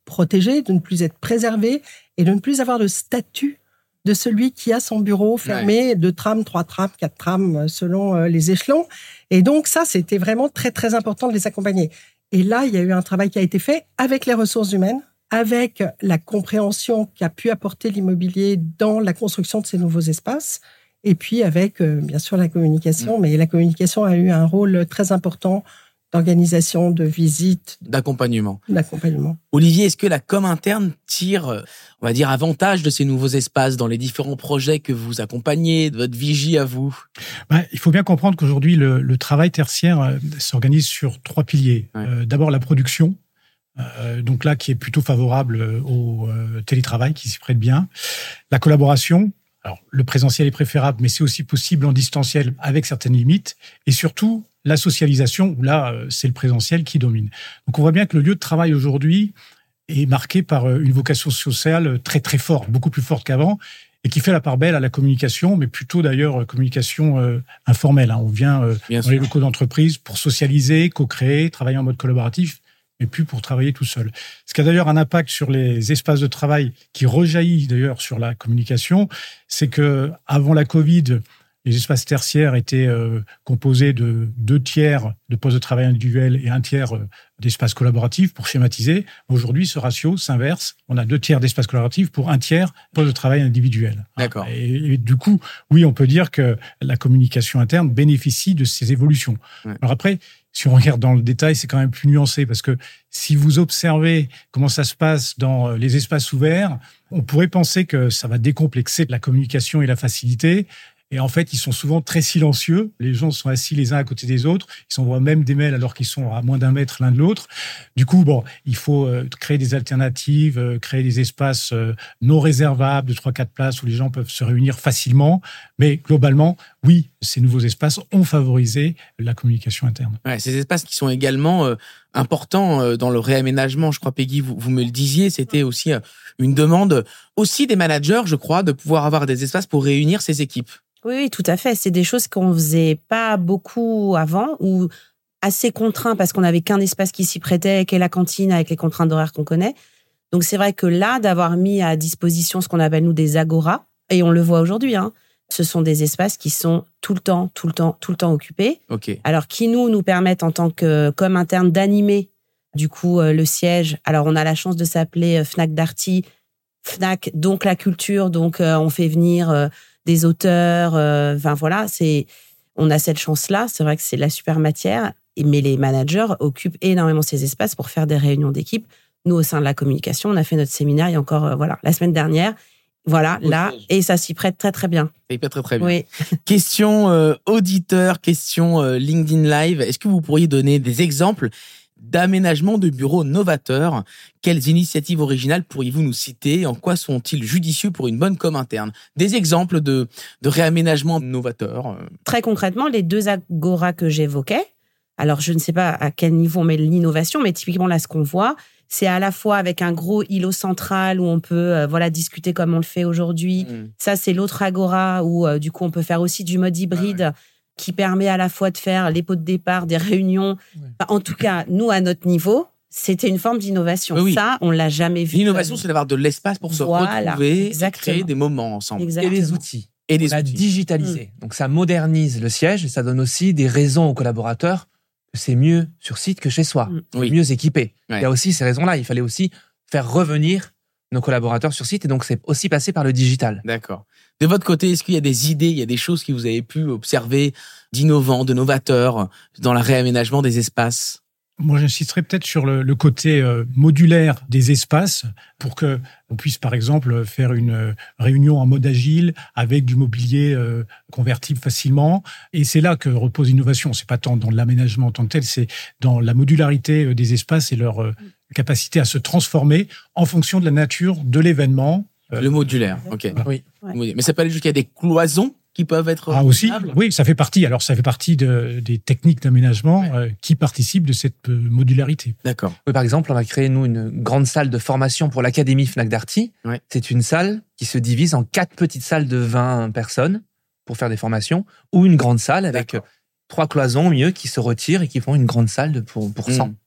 protégé, de ne plus être préservé et de ne plus avoir le statut de celui qui a son bureau fermé, ouais. deux trams, trois trams, quatre trams, selon les échelons. Et donc ça, c'était vraiment très, très important de les accompagner. Et là, il y a eu un travail qui a été fait avec les ressources humaines, avec la compréhension qu'a pu apporter l'immobilier dans la construction de ces nouveaux espaces, et puis avec, euh, bien sûr, la communication. Mmh. Mais la communication a eu un rôle très important d'organisation, de visite, d'accompagnement. D'accompagnement. Olivier, est-ce que la com interne tire, on va dire, avantage de ces nouveaux espaces dans les différents projets que vous accompagnez, de votre vigie à vous? Ben, il faut bien comprendre qu'aujourd'hui, le, le travail tertiaire euh, s'organise sur trois piliers. Ouais. Euh, d'abord, la production. Euh, donc là, qui est plutôt favorable au euh, télétravail, qui s'y prête bien. La collaboration. Alors, le présentiel est préférable, mais c'est aussi possible en distanciel avec certaines limites. Et surtout, la socialisation, où là, c'est le présentiel qui domine. Donc, on voit bien que le lieu de travail aujourd'hui est marqué par une vocation sociale très, très forte, beaucoup plus forte qu'avant, et qui fait la part belle à la communication, mais plutôt d'ailleurs communication euh, informelle. Hein. On vient euh, dans sûr. les locaux d'entreprise pour socialiser, co-créer, travailler en mode collaboratif, mais plus pour travailler tout seul. Ce qui a d'ailleurs un impact sur les espaces de travail qui rejaillit d'ailleurs sur la communication, c'est que avant la Covid, les espaces tertiaires étaient euh, composés de deux tiers de postes de travail individuels et un tiers euh, d'espaces collaboratifs, pour schématiser. Aujourd'hui, ce ratio s'inverse. On a deux tiers d'espaces collaboratifs pour un tiers de postes de travail individuels. D'accord. Et, et du coup, oui, on peut dire que la communication interne bénéficie de ces évolutions. Ouais. Alors après, si on regarde dans le détail, c'est quand même plus nuancé, parce que si vous observez comment ça se passe dans les espaces ouverts, on pourrait penser que ça va décomplexer la communication et la facilité. Et en fait, ils sont souvent très silencieux. Les gens sont assis les uns à côté des autres. Ils s'envoient même des mails alors qu'ils sont à moins d'un mètre l'un de l'autre. Du coup, bon, il faut euh, créer des alternatives, euh, créer des espaces euh, non réservables de trois quatre places où les gens peuvent se réunir facilement. Mais globalement, oui, ces nouveaux espaces ont favorisé la communication interne. Ouais, ces espaces qui sont également euh, importants euh, dans le réaménagement. Je crois, Peggy, vous, vous me le disiez, c'était aussi euh, une demande aussi des managers, je crois, de pouvoir avoir des espaces pour réunir ces équipes. Oui, oui, tout à fait. C'est des choses qu'on faisait pas beaucoup avant, ou assez contraints parce qu'on n'avait qu'un espace qui s'y prêtait, qui est la cantine avec les contraintes d'horaire qu'on connaît. Donc c'est vrai que là, d'avoir mis à disposition ce qu'on appelle nous des agoras, et on le voit aujourd'hui, hein, ce sont des espaces qui sont tout le temps, tout le temps, tout le temps occupés. Okay. Alors qui nous nous permettent en tant que com interne d'animer du coup euh, le siège. Alors on a la chance de s'appeler Fnac Darty, Fnac donc la culture, donc euh, on fait venir euh, des auteurs, enfin euh, voilà, c'est, on a cette chance-là. C'est vrai que c'est la super matière, mais les managers occupent énormément ces espaces pour faire des réunions d'équipe. Nous, au sein de la communication, on a fait notre séminaire il y a encore, euh, voilà, la semaine dernière. Voilà, okay. Là, et ça s'y prête très très bien. Ça s'y prête très très bien. Oui. Question euh, auditeur, question euh, LinkedIn Live. Est-ce que vous pourriez donner des exemples d'aménagement de bureaux novateurs? Quelles initiatives originales pourriez-vous nous citer? En quoi sont-ils judicieux pour une bonne com interne? Des exemples de, de réaménagement novateurs. Très concrètement, les deux agoras que j'évoquais, alors je ne sais pas à quel niveau on met l'innovation, mais typiquement là, ce qu'on voit, c'est à la fois avec un gros îlot central où on peut euh, voilà discuter comme on le fait aujourd'hui. Mmh. Ça, c'est l'autre agora où euh, du coup, on peut faire aussi du mode hybride. Ah ouais. Qui permet à la fois de faire les pots de départ, des réunions. Ouais. Enfin, en tout cas, nous, à notre niveau, c'était une forme d'innovation. Oui, oui. Ça, on l'a jamais vu. L'innovation, comme... c'est d'avoir de l'espace pour se voilà, retrouver exactement. Et créer des moments ensemble. Exactement. Et les outils. Et les on outils. digitalisé. Mmh. Donc, ça modernise le siège et ça donne aussi des raisons aux collaborateurs que c'est mieux sur site que chez soi. Mmh. Oui. Mieux équipé. Ouais. Il y a aussi ces raisons-là. Il fallait aussi faire revenir nos collaborateurs sur site et donc c'est aussi passé par le digital. D'accord. De votre côté, est-ce qu'il y a des idées, il y a des choses que vous avez pu observer d'innovants, de novateurs dans le réaménagement des espaces? Moi, j'insisterai peut-être sur le, le côté euh, modulaire des espaces pour que on puisse, par exemple, faire une euh, réunion en mode agile avec du mobilier euh, convertible facilement. Et c'est là que repose l'innovation. C'est pas tant dans l'aménagement en tant que tel, c'est dans la modularité des espaces et leur euh, capacité à se transformer en fonction de la nature de l'événement. Le modulaire, ok. Oui. Ouais. Mais ça peut aller jusqu'à des cloisons qui peuvent être... Ah aussi, oui, ça fait partie. Alors, ça fait partie de, des techniques d'aménagement ouais. euh, qui participent de cette euh, modularité. D'accord. Oui, par exemple, on a créé, nous, une grande salle de formation pour l'Académie Fnac Darty. Ouais. C'est une salle qui se divise en quatre petites salles de vingt personnes pour faire des formations, ou une grande salle avec D'accord. trois cloisons, mieux, qui se retirent et qui font une grande salle de, pour, pour cent. Mmh.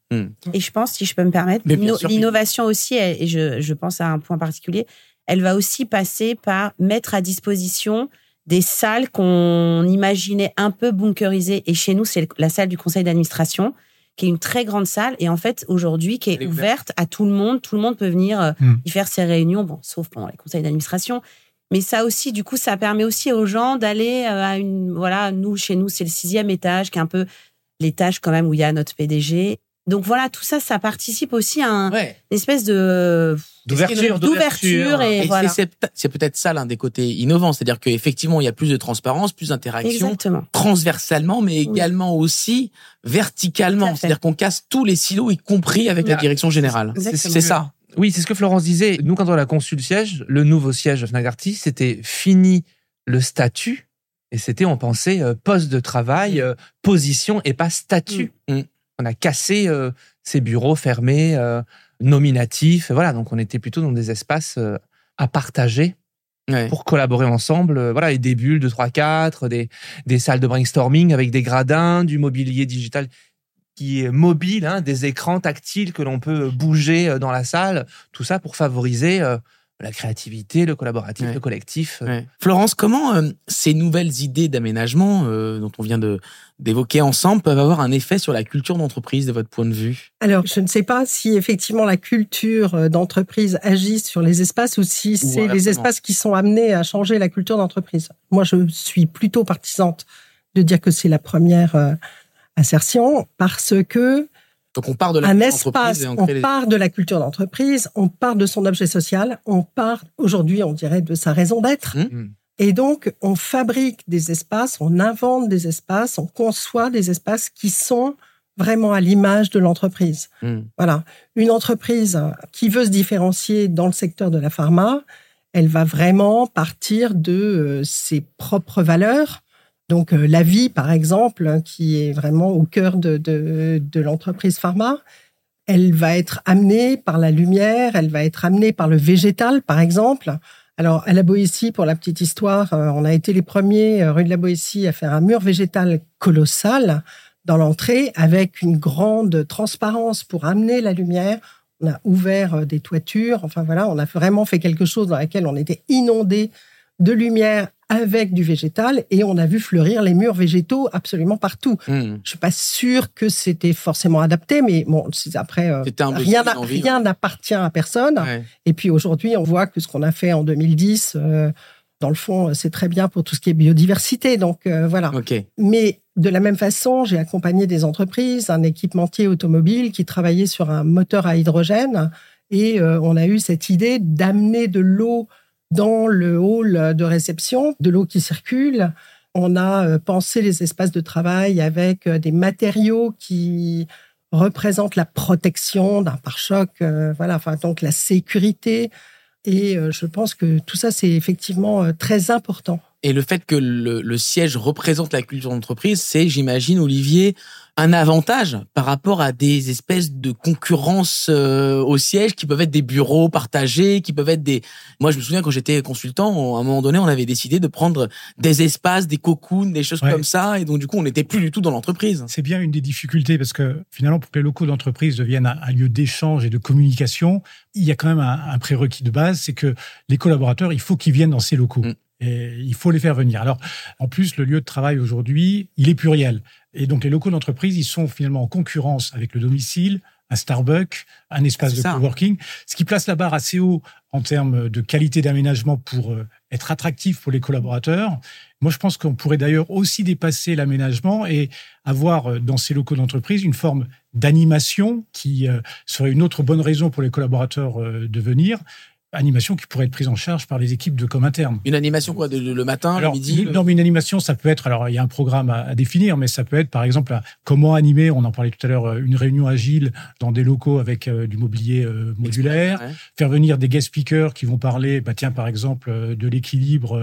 Mmh. Et je pense, si je peux me permettre, l'inno- sûr, l'innovation aussi, et je, je pense à un point particulier, elle va aussi passer par mettre à disposition des salles qu'on imaginait un peu bunkerisées. Et chez nous, c'est la salle du conseil d'administration, qui est une très grande salle, et en fait, aujourd'hui, qui est, est ouverte à tout le monde. Tout le monde peut venir mmh. y faire ses réunions, bon, sauf pendant les conseils d'administration. Mais ça aussi, du coup, ça permet aussi aux gens d'aller à une... Voilà, nous, chez nous, c'est le sixième étage, qui est un peu l'étage quand même où il y a notre P D G. Donc voilà, tout ça, ça participe aussi à un, ouais. une espèce de... D'ouverture, d'ouverture. Et, et voilà. c'est, c'est peut-être ça l'un des côtés innovants. C'est-à-dire qu'effectivement, il y a plus de transparence, plus d'interaction. Exactement. Transversalement, mais également oui. aussi verticalement. C'est-à-dire qu'on casse tous les silos, y compris avec oui. la direction générale. C'est, c'est ça. Oui, c'est ce que Florence disait. Nous, quand on a conçu le siège, le nouveau siège de Fnac Darty, c'était fini le statut. Et c'était, on pensait, euh, poste de travail, euh, position et pas statut. Mmh. On a cassé euh, ces bureaux fermés, euh, nominatifs. Voilà, donc on était plutôt dans des espaces euh, à partager ouais. pour collaborer ensemble. Euh, voilà, et des bulles de trois quatre, des, des salles de brainstorming avec des gradins, du mobilier digital qui est mobile, hein, des écrans tactiles que l'on peut bouger dans la salle. Tout ça pour favoriser euh, la créativité, le collaboratif, ouais. le collectif. Ouais. Florence, comment euh, ces nouvelles idées d'aménagement euh, dont on vient de, d'évoquer ensemble peuvent avoir un effet sur la culture d'entreprise de votre point de vue ? Alors, je ne sais pas si effectivement la culture d'entreprise agit sur les espaces ou si ou c'est les espaces qui sont amenés à changer la culture d'entreprise. Moi, je suis plutôt partisante de dire que c'est la première euh, assertion parce que Donc on part de la un culture espace, d'entreprise et on, on crée les... part de la culture d'entreprise, on part de son objet social, on part aujourd'hui, on dirait, de sa raison d'être. Mmh. Et donc, on fabrique des espaces, on invente des espaces, on conçoit des espaces qui sont vraiment à l'image de l'entreprise. Mmh. Voilà. Une entreprise qui veut se différencier dans le secteur de la pharma, elle va vraiment partir de euh, ses propres valeurs. Donc, euh, la vie, par exemple, qui est vraiment au cœur de, de, de l'entreprise pharma, elle va être amenée par la lumière, elle va être amenée par le végétal, par exemple. Alors, à la Boétie, pour la petite histoire, euh, on a été les premiers, euh, rue de la Boétie, à faire un mur végétal colossal dans l'entrée, avec une grande transparence pour amener la lumière. On a ouvert euh, des toitures. Enfin, voilà, on a vraiment fait quelque chose dans laquelle on était inondé de lumière avec du végétal, et on a vu fleurir les murs végétaux absolument partout. Mmh. Je suis pas sûre que c'était forcément adapté, mais bon, c'est après, euh, rien, n'a, rien n'appartient à personne. Ouais. Et puis aujourd'hui, on voit que ce qu'on a fait en deux mille dix, euh, dans le fond, c'est très bien pour tout ce qui est biodiversité. Donc euh, voilà. Okay. Mais de la même façon, j'ai accompagné des entreprises, un équipementier automobile qui travaillait sur un moteur à hydrogène, et euh, on a eu cette idée d'amener de l'eau dans le hall de réception, de l'eau qui circule. On a pensé les espaces de travail avec des matériaux qui représentent la protection d'un pare-choc, euh, voilà, enfin, donc la sécurité. Et euh, je pense que tout ça, c'est effectivement euh, très important. Et le fait que le, le siège représente la culture d'entreprise, c'est, j'imagine, Olivier, un avantage par rapport à des espèces de concurrence euh, au siège qui peuvent être des bureaux partagés, qui peuvent être des... Moi, je me souviens quand j'étais consultant, à un moment donné, on avait décidé de prendre des espaces, des cocons, des choses ouais. comme ça, et donc du coup, on n'était plus du tout dans l'entreprise. C'est bien une des difficultés parce que finalement, pour que les locaux d'entreprise deviennent un, un lieu d'échange et de communication, il y a quand même un, un prérequis de base, c'est que les collaborateurs, il faut qu'ils viennent dans ces locaux. Mmh. Et il faut les faire venir. Alors, en plus, le lieu de travail aujourd'hui, il est pluriel. Et donc, les locaux d'entreprise, ils sont finalement en concurrence avec le domicile, un Starbucks, un espace de coworking, ce qui place la barre assez haut en termes de qualité d'aménagement pour être attractif pour les collaborateurs. Moi, je pense qu'on pourrait d'ailleurs aussi dépasser l'aménagement et avoir dans ces locaux d'entreprise une forme d'animation qui serait une autre bonne raison pour les collaborateurs de venir. Animation qui pourrait être prise en charge par les équipes de com interne. Une animation quoi, de, de, le matin, alors, le midi le... Non, mais une animation, ça peut être... Alors, il y a un programme à, à définir, mais ça peut être, par exemple, à, comment animer, on en parlait tout à l'heure, une réunion agile dans des locaux avec euh, du mobilier euh, modulaire, ouais. Faire venir des guest speakers qui vont parler, bah, tiens, par exemple, euh, de l'équilibre euh,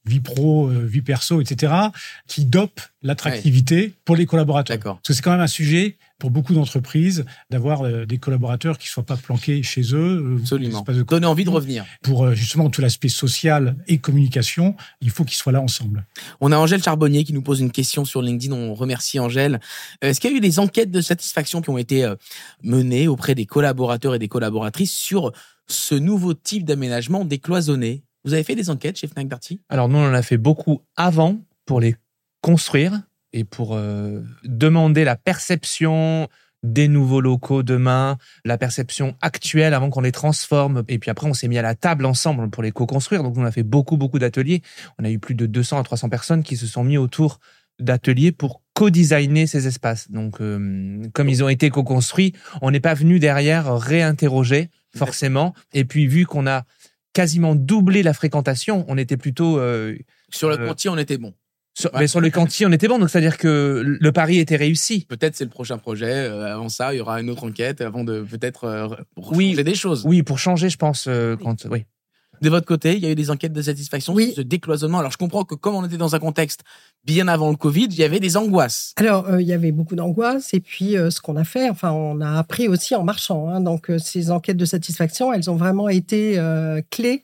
vie pro, euh, vie perso, et cetera, qui dopent l'attractivité ouais. pour les collaborateurs. D'accord. Parce que c'est quand même un sujet pour beaucoup d'entreprises d'avoir euh, des collaborateurs qui ne soient pas planqués chez eux. Absolument. De... Donner envie de revenir. Pour euh, justement tout l'aspect social et communication, il faut qu'ils soient là ensemble. On a Angèle Charbonnier qui nous pose une question sur LinkedIn. On remercie Angèle. Est-ce qu'il y a eu des enquêtes de satisfaction qui ont été euh, menées auprès des collaborateurs et des collaboratrices sur ce nouveau type d'aménagement décloisonné? Vous avez fait des enquêtes chez Fnac Darty? Alors nous, on en a fait beaucoup avant pour les construire et pour euh, demander la perception des nouveaux locaux demain, la perception actuelle avant qu'on les transforme. Et puis après, on s'est mis à la table ensemble pour les co-construire. Donc on a fait beaucoup, beaucoup d'ateliers. On a eu plus de deux cents à trois cents personnes qui se sont mis autour d'ateliers pour co-designer ces espaces. Donc euh, comme ils ont été co-construits, on n'est pas venu derrière réinterroger forcément. Et puis vu qu'on a quasiment doublé la fréquentation, on était plutôt... Euh, sur le euh, Conti, on était bon. Sur, ouais. Mais sur le Conti, on était bon, donc c'est-à-dire que le pari était réussi. Peut-être c'est le prochain projet. Euh, avant ça, il y aura une autre enquête avant de peut-être euh, pour oui, changer des choses. Oui, pour changer, je pense. Euh, quand, oui. De votre côté, il y a eu des enquêtes de satisfaction oui. sur ce décloisonnement. Alors, je comprends que comme on était dans un contexte bien avant le Covid, il y avait des angoisses. Alors, euh, il y avait beaucoup d'angoisses. Et puis, euh, ce qu'on a fait, enfin, on a appris aussi en marchant. Hein, donc, euh, ces enquêtes de satisfaction, elles ont vraiment été euh, clés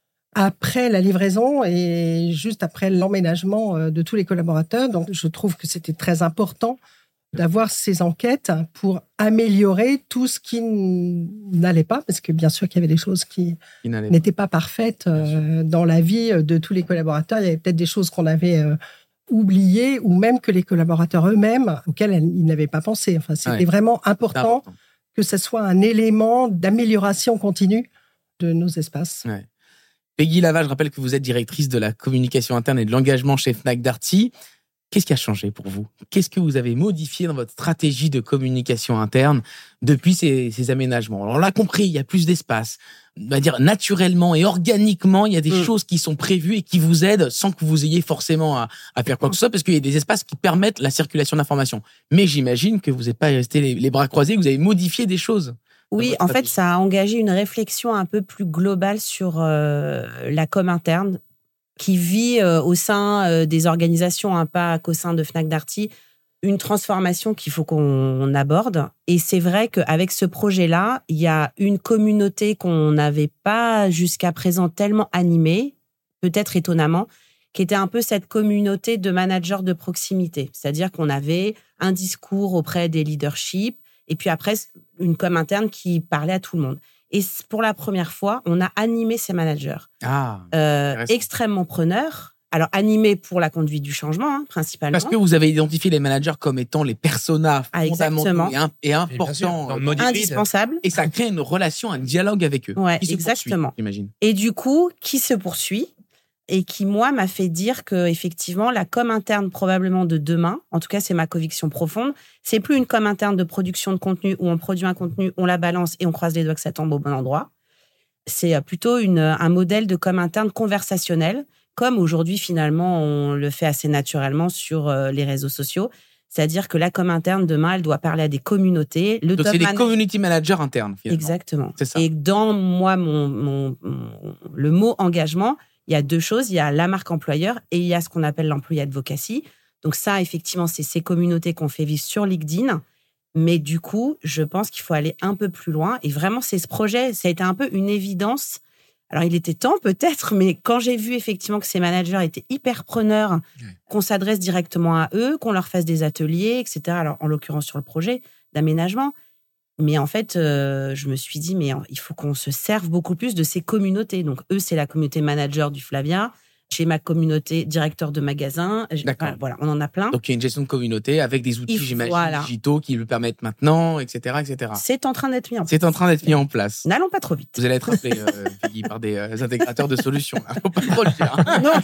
après la livraison et juste après l'emménagement de tous les collaborateurs. Donc, je trouve que c'était très important d'avoir ces enquêtes pour améliorer tout ce qui n'allait pas, parce que bien sûr qu'il y avait des choses qui, qui n'étaient pas parfaites euh, dans la vie de tous les collaborateurs. Il y avait peut-être des choses qu'on avait euh, oubliées ou même que les collaborateurs eux-mêmes, auxquels ils n'avaient pas pensé. Enfin, c'était ouais. vraiment important, important que ce soit un élément d'amélioration continue de nos espaces. Ouais. Peggy Lava, je rappelle que vous êtes directrice de la communication interne et de l'engagement chez Fnac Darty. Qu'est-ce qui a changé pour vous? Qu'est-ce que vous avez modifié dans votre stratégie de communication interne depuis ces, ces aménagements? Alors, on l'a compris, il y a plus d'espace. On va dire naturellement et organiquement, il y a des mmh. choses qui sont prévues et qui vous aident sans que vous ayez forcément à, à faire quoi que ce soit, parce qu'il y a des espaces qui permettent la circulation d'informations. Mais j'imagine que vous n'êtes pas resté les, les bras croisés, que vous avez modifié des choses. Oui, en fait, ça a engagé une réflexion un peu plus globale sur euh, la com interne qui vit euh, au sein euh, des organisations, hein, pas qu'au sein de Fnac Darty, une transformation qu'il faut qu'on aborde. Et c'est vrai qu'avec ce projet-là, il y a une communauté qu'on n'avait pas jusqu'à présent tellement animée, peut-être étonnamment, qui était un peu cette communauté de managers de proximité. C'est-à-dire qu'on avait un discours auprès des leaderships, et puis après, une com interne qui parlait à tout le monde. Et pour la première fois, on a animé ces managers. Ah, euh, extrêmement preneurs. Alors, animés pour la conduite du changement, hein, principalement. Parce que vous avez identifié les managers comme étant les personas ah, fondamentaux et, un, et importants. Et indispensables. Et ça crée une relation, un dialogue avec eux. Ouais, qui exactement. Se poursuit, j'imagine. Et du coup, qui se poursuit et qui, moi, m'a fait dire que effectivement, la com interne probablement de demain, en tout cas, c'est ma conviction profonde, c'est plus une com interne de production de contenu où on produit un contenu, on la balance et on croise les doigts que ça tombe au bon endroit. C'est plutôt une, un modèle de com interne conversationnel, comme aujourd'hui, finalement, on le fait assez naturellement sur les réseaux sociaux. C'est-à-dire que la com interne, demain, elle doit parler à des communautés. Le Donc, top c'est des man... community managers internes, finalement. Exactement. C'est ça. Et dans, moi, mon, mon, mon, le mot engagement, il y a deux choses. Il y a la marque employeur et il y a ce qu'on appelle l'employee advocacy. Donc ça, effectivement, c'est ces communautés qu'on fait vivre sur LinkedIn. Mais du coup, je pense qu'il faut aller un peu plus loin. Et vraiment, c'est ce projet, ça a été un peu une évidence. Alors, il était temps peut-être, mais quand j'ai vu effectivement que ces managers étaient hyper preneurs, ouais. qu'on s'adresse directement à eux, qu'on leur fasse des ateliers, et cetera. Alors, en l'occurrence sur le projet d'aménagement. Mais en fait, euh, je me suis dit, mais il faut qu'on se serve beaucoup plus de ces communautés. Donc, eux, c'est la communauté manager du Flavia. J'ai ma communauté directeur de magasin. D'accord. Voilà, on en a plein. Donc, il y a une gestion de communauté avec des outils, il, j'imagine, voilà. digitaux qui le permettent maintenant, et cetera, et cetera. C'est en train d'être mis en place. C'est en train d'être mis en place. N'allons pas trop vite. Vous allez être appelé euh, par des euh, intégrateurs de solutions. Il ne faut pas trop le dire.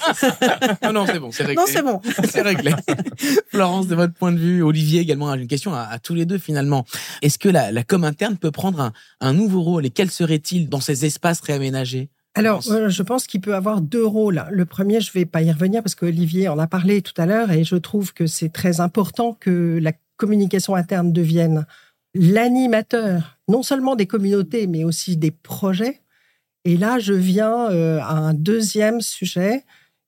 Non. non, non, c'est bon, c'est réglé. Non, c'est bon. c'est réglé. Florence, de votre point de vue, Olivier également a une question à, à tous les deux finalement. Est-ce que la, la com interne peut prendre un, un nouveau rôle et quel serait-il dans ces espaces réaménagés ? Alors, euh, je pense qu'il peut avoir deux rôles. Le premier, je ne vais pas y revenir parce qu'Olivier en a parlé tout à l'heure et je trouve que c'est très important que la communication interne devienne l'animateur, non seulement des communautés, mais aussi des projets. Et là, je viens euh, à un deuxième sujet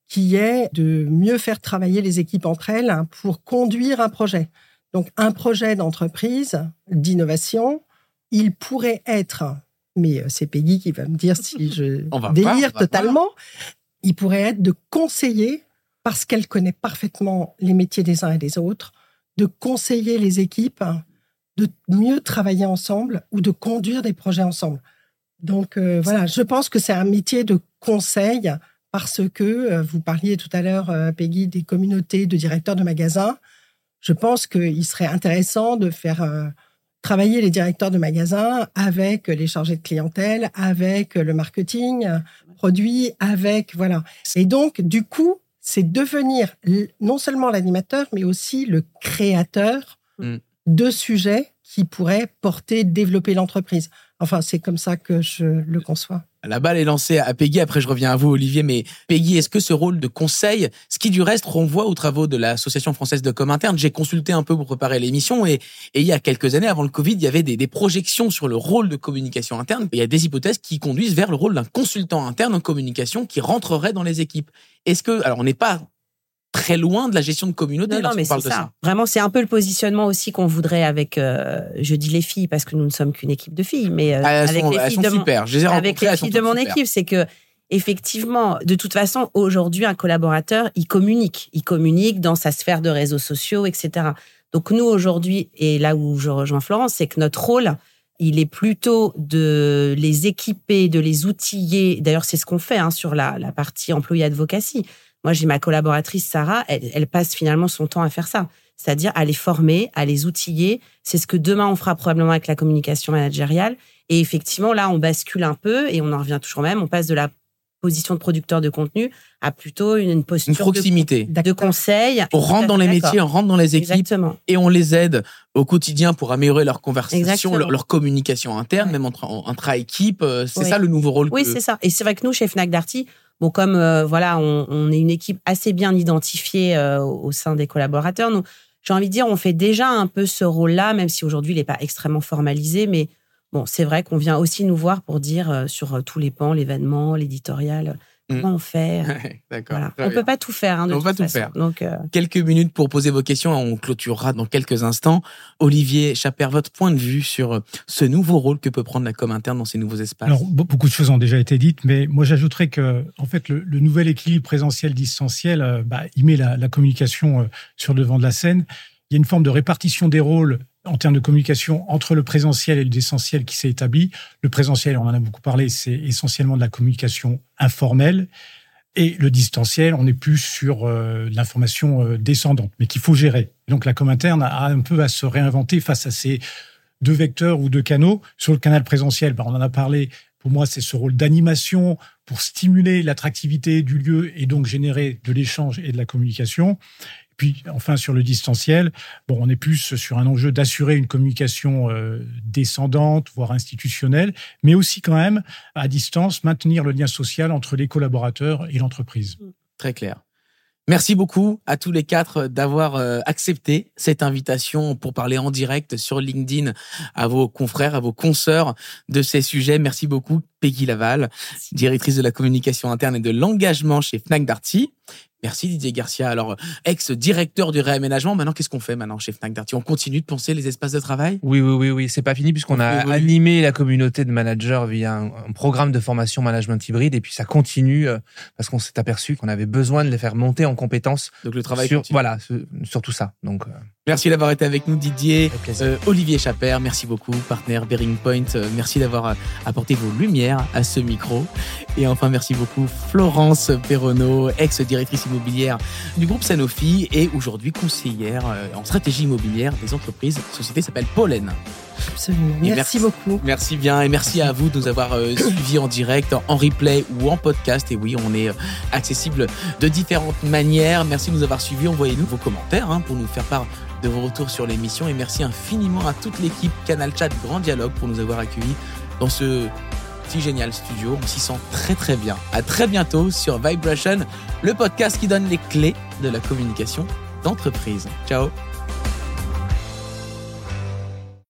qui est de mieux faire travailler les équipes entre elles pour conduire un projet. Donc, un projet d'entreprise, d'innovation, il pourrait être, mais c'est Peggy qui va me dire si je délire totalement, il pourrait être de conseiller, parce qu'elle connaît parfaitement les métiers des uns et des autres, de conseiller les équipes, de mieux travailler ensemble ou de conduire des projets ensemble. Donc, euh, voilà, je pense que c'est un métier de conseil parce que, euh, vous parliez tout à l'heure, euh, Peggy, des communautés de directeurs de magasins. Je pense qu'il serait intéressant de faire euh, travailler les directeurs de magasins avec les chargés de clientèle, avec le marketing, produit, avec, voilà. Et donc, du coup, c'est devenir non seulement l'animateur, mais aussi le créateur mm. de sujets qui pourraient porter, développer l'entreprise. Enfin, c'est comme ça que je le conçois. La balle est lancée à Peggy, après je reviens à vous Olivier, mais Peggy, est-ce que ce rôle de conseil, ce qui du reste renvoie aux travaux de l'Association française de com interne, j'ai consulté un peu pour préparer l'émission et, et il y a quelques années, avant le Covid, il y avait des, des projections sur le rôle de communication interne, et il y a des hypothèses qui conduisent vers le rôle d'un consultant interne en communication qui rentrerait dans les équipes. Est-ce que, alors on n'est pas très loin de la gestion de communauté non, non, mais parle c'est de ça. ça. Vraiment, c'est un peu le positionnement aussi qu'on voudrait avec, euh, je dis les filles parce que nous ne sommes qu'une équipe de filles, mais euh, elles avec sont, les elles filles sont de super. mon, Je les ai avec les filles de mon super. équipe, c'est que effectivement, de toute façon, aujourd'hui, un collaborateur, il communique, il communique dans sa sphère de réseaux sociaux, et cetera. Donc nous aujourd'hui, et là où je rejoins Florence, c'est que notre rôle, il est plutôt de les équiper, de les outiller. D'ailleurs, c'est ce qu'on fait hein, sur la, la partie employé advocacy. Moi, j'ai ma collaboratrice Sarah, elle, elle passe finalement son temps à faire ça, c'est-à-dire à les former, à les outiller. C'est ce que demain, on fera probablement avec la communication managériale. Et effectivement, là, on bascule un peu et on en revient toujours même. On passe de la position de producteur de contenu à plutôt une, une posture une proximité. De, de conseil. On rentre dans les d'accord. métiers, on rentre dans les équipes Exactement. Et on les aide au quotidien pour améliorer leur conversation, leur, leur communication interne, ouais. même entre, intra-équipe. C'est oui. ça le nouveau rôle. Oui, que... c'est ça. Et c'est vrai que nous, chez Fnac Darty, bon, comme euh, voilà, on, on est une équipe assez bien identifiée euh, au sein des collaborateurs. Nous, j'ai envie de dire, on fait déjà un peu ce rôle-là, même si aujourd'hui il n'est pas extrêmement formalisé. Mais bon, c'est vrai qu'on vient aussi nous voir pour dire euh, sur euh, tous les pans, l'événement, l'éditorial, mmh. comment on fait. Ouais, d'accord. Voilà. On ne peut pas tout faire. Hein, de on ne peut pas façon. tout faire. Donc, euh... quelques minutes pour poser vos questions. On clôturera dans quelques instants. Olivier Chaper, votre point de vue sur ce nouveau rôle que peut prendre la com interne dans ces nouveaux espaces. Alors, beaucoup de choses ont déjà été dites, mais moi, j'ajouterais que, en fait, le, le nouvel équilibre présentiel-distanciel, euh, bah, il met la, la communication euh, sur le devant de la scène. Il y a une forme de répartition des rôles en termes de communication entre le présentiel et le distanciel qui s'est établi. Le présentiel, on en a beaucoup parlé, c'est essentiellement de la communication informelle. Et le distanciel, on est plus sur euh, l'information euh, descendante, mais qu'il faut gérer. Donc la com interne a un peu à se réinventer face à ces deux vecteurs ou deux canaux. Sur le canal présentiel, ben, on en a parlé, pour moi, c'est ce rôle d'animation pour stimuler l'attractivité du lieu et donc générer de l'échange et de la communication. Puis, enfin, sur le distanciel, bon, on est plus sur un enjeu d'assurer une communication euh, descendante, voire institutionnelle, mais aussi quand même, à distance, maintenir le lien social entre les collaborateurs et l'entreprise. Très clair. Merci beaucoup à tous les quatre d'avoir euh, accepté cette invitation pour parler en direct sur LinkedIn à vos confrères, à vos consoeurs de ces sujets. Merci beaucoup, Peggy Laval, directrice de la communication interne et de l'engagement chez Fnac Darty. Merci Didier Garcia, alors ex-directeur du réaménagement. Maintenant, qu'est-ce qu'on fait maintenant chez Fnac Darty? On continue de penser les espaces de travail? Oui, oui, oui, oui. C'est pas fini puisqu'on a oui, oui. animé la communauté de managers via un, un programme de formation management hybride et puis ça continue euh, parce qu'on s'est aperçu qu'on avait besoin de les faire monter en compétences. Donc le travail sur, continue. Voilà, sur tout ça. Donc. Euh... Merci d'avoir été avec nous, Didier. Euh, Olivier Chaper, merci beaucoup, partenaire Bearing Point. Euh, merci d'avoir apporté vos lumières à ce micro. Et enfin, merci beaucoup, Florence Perronneau, ex-directrice immobilière du groupe Sanofi et aujourd'hui conseillère en stratégie immobilière des entreprises. La société s'appelle Pollen. Absolument. Merci, merci beaucoup. Merci bien et merci à vous de nous avoir euh, suivis en direct, en replay ou en podcast. Et oui, on est euh, accessible de différentes manières. Merci de nous avoir suivis. Envoyez-nous vos commentaires hein, pour nous faire part de vos retours sur l'émission. Et merci infiniment à toute l'équipe Canal Chat Grand Dialogue pour nous avoir accueillis dans ce si génial studio. On s'y sent très très bien. À très bientôt sur Vibration, le podcast qui donne les clés de la communication d'entreprise. Ciao.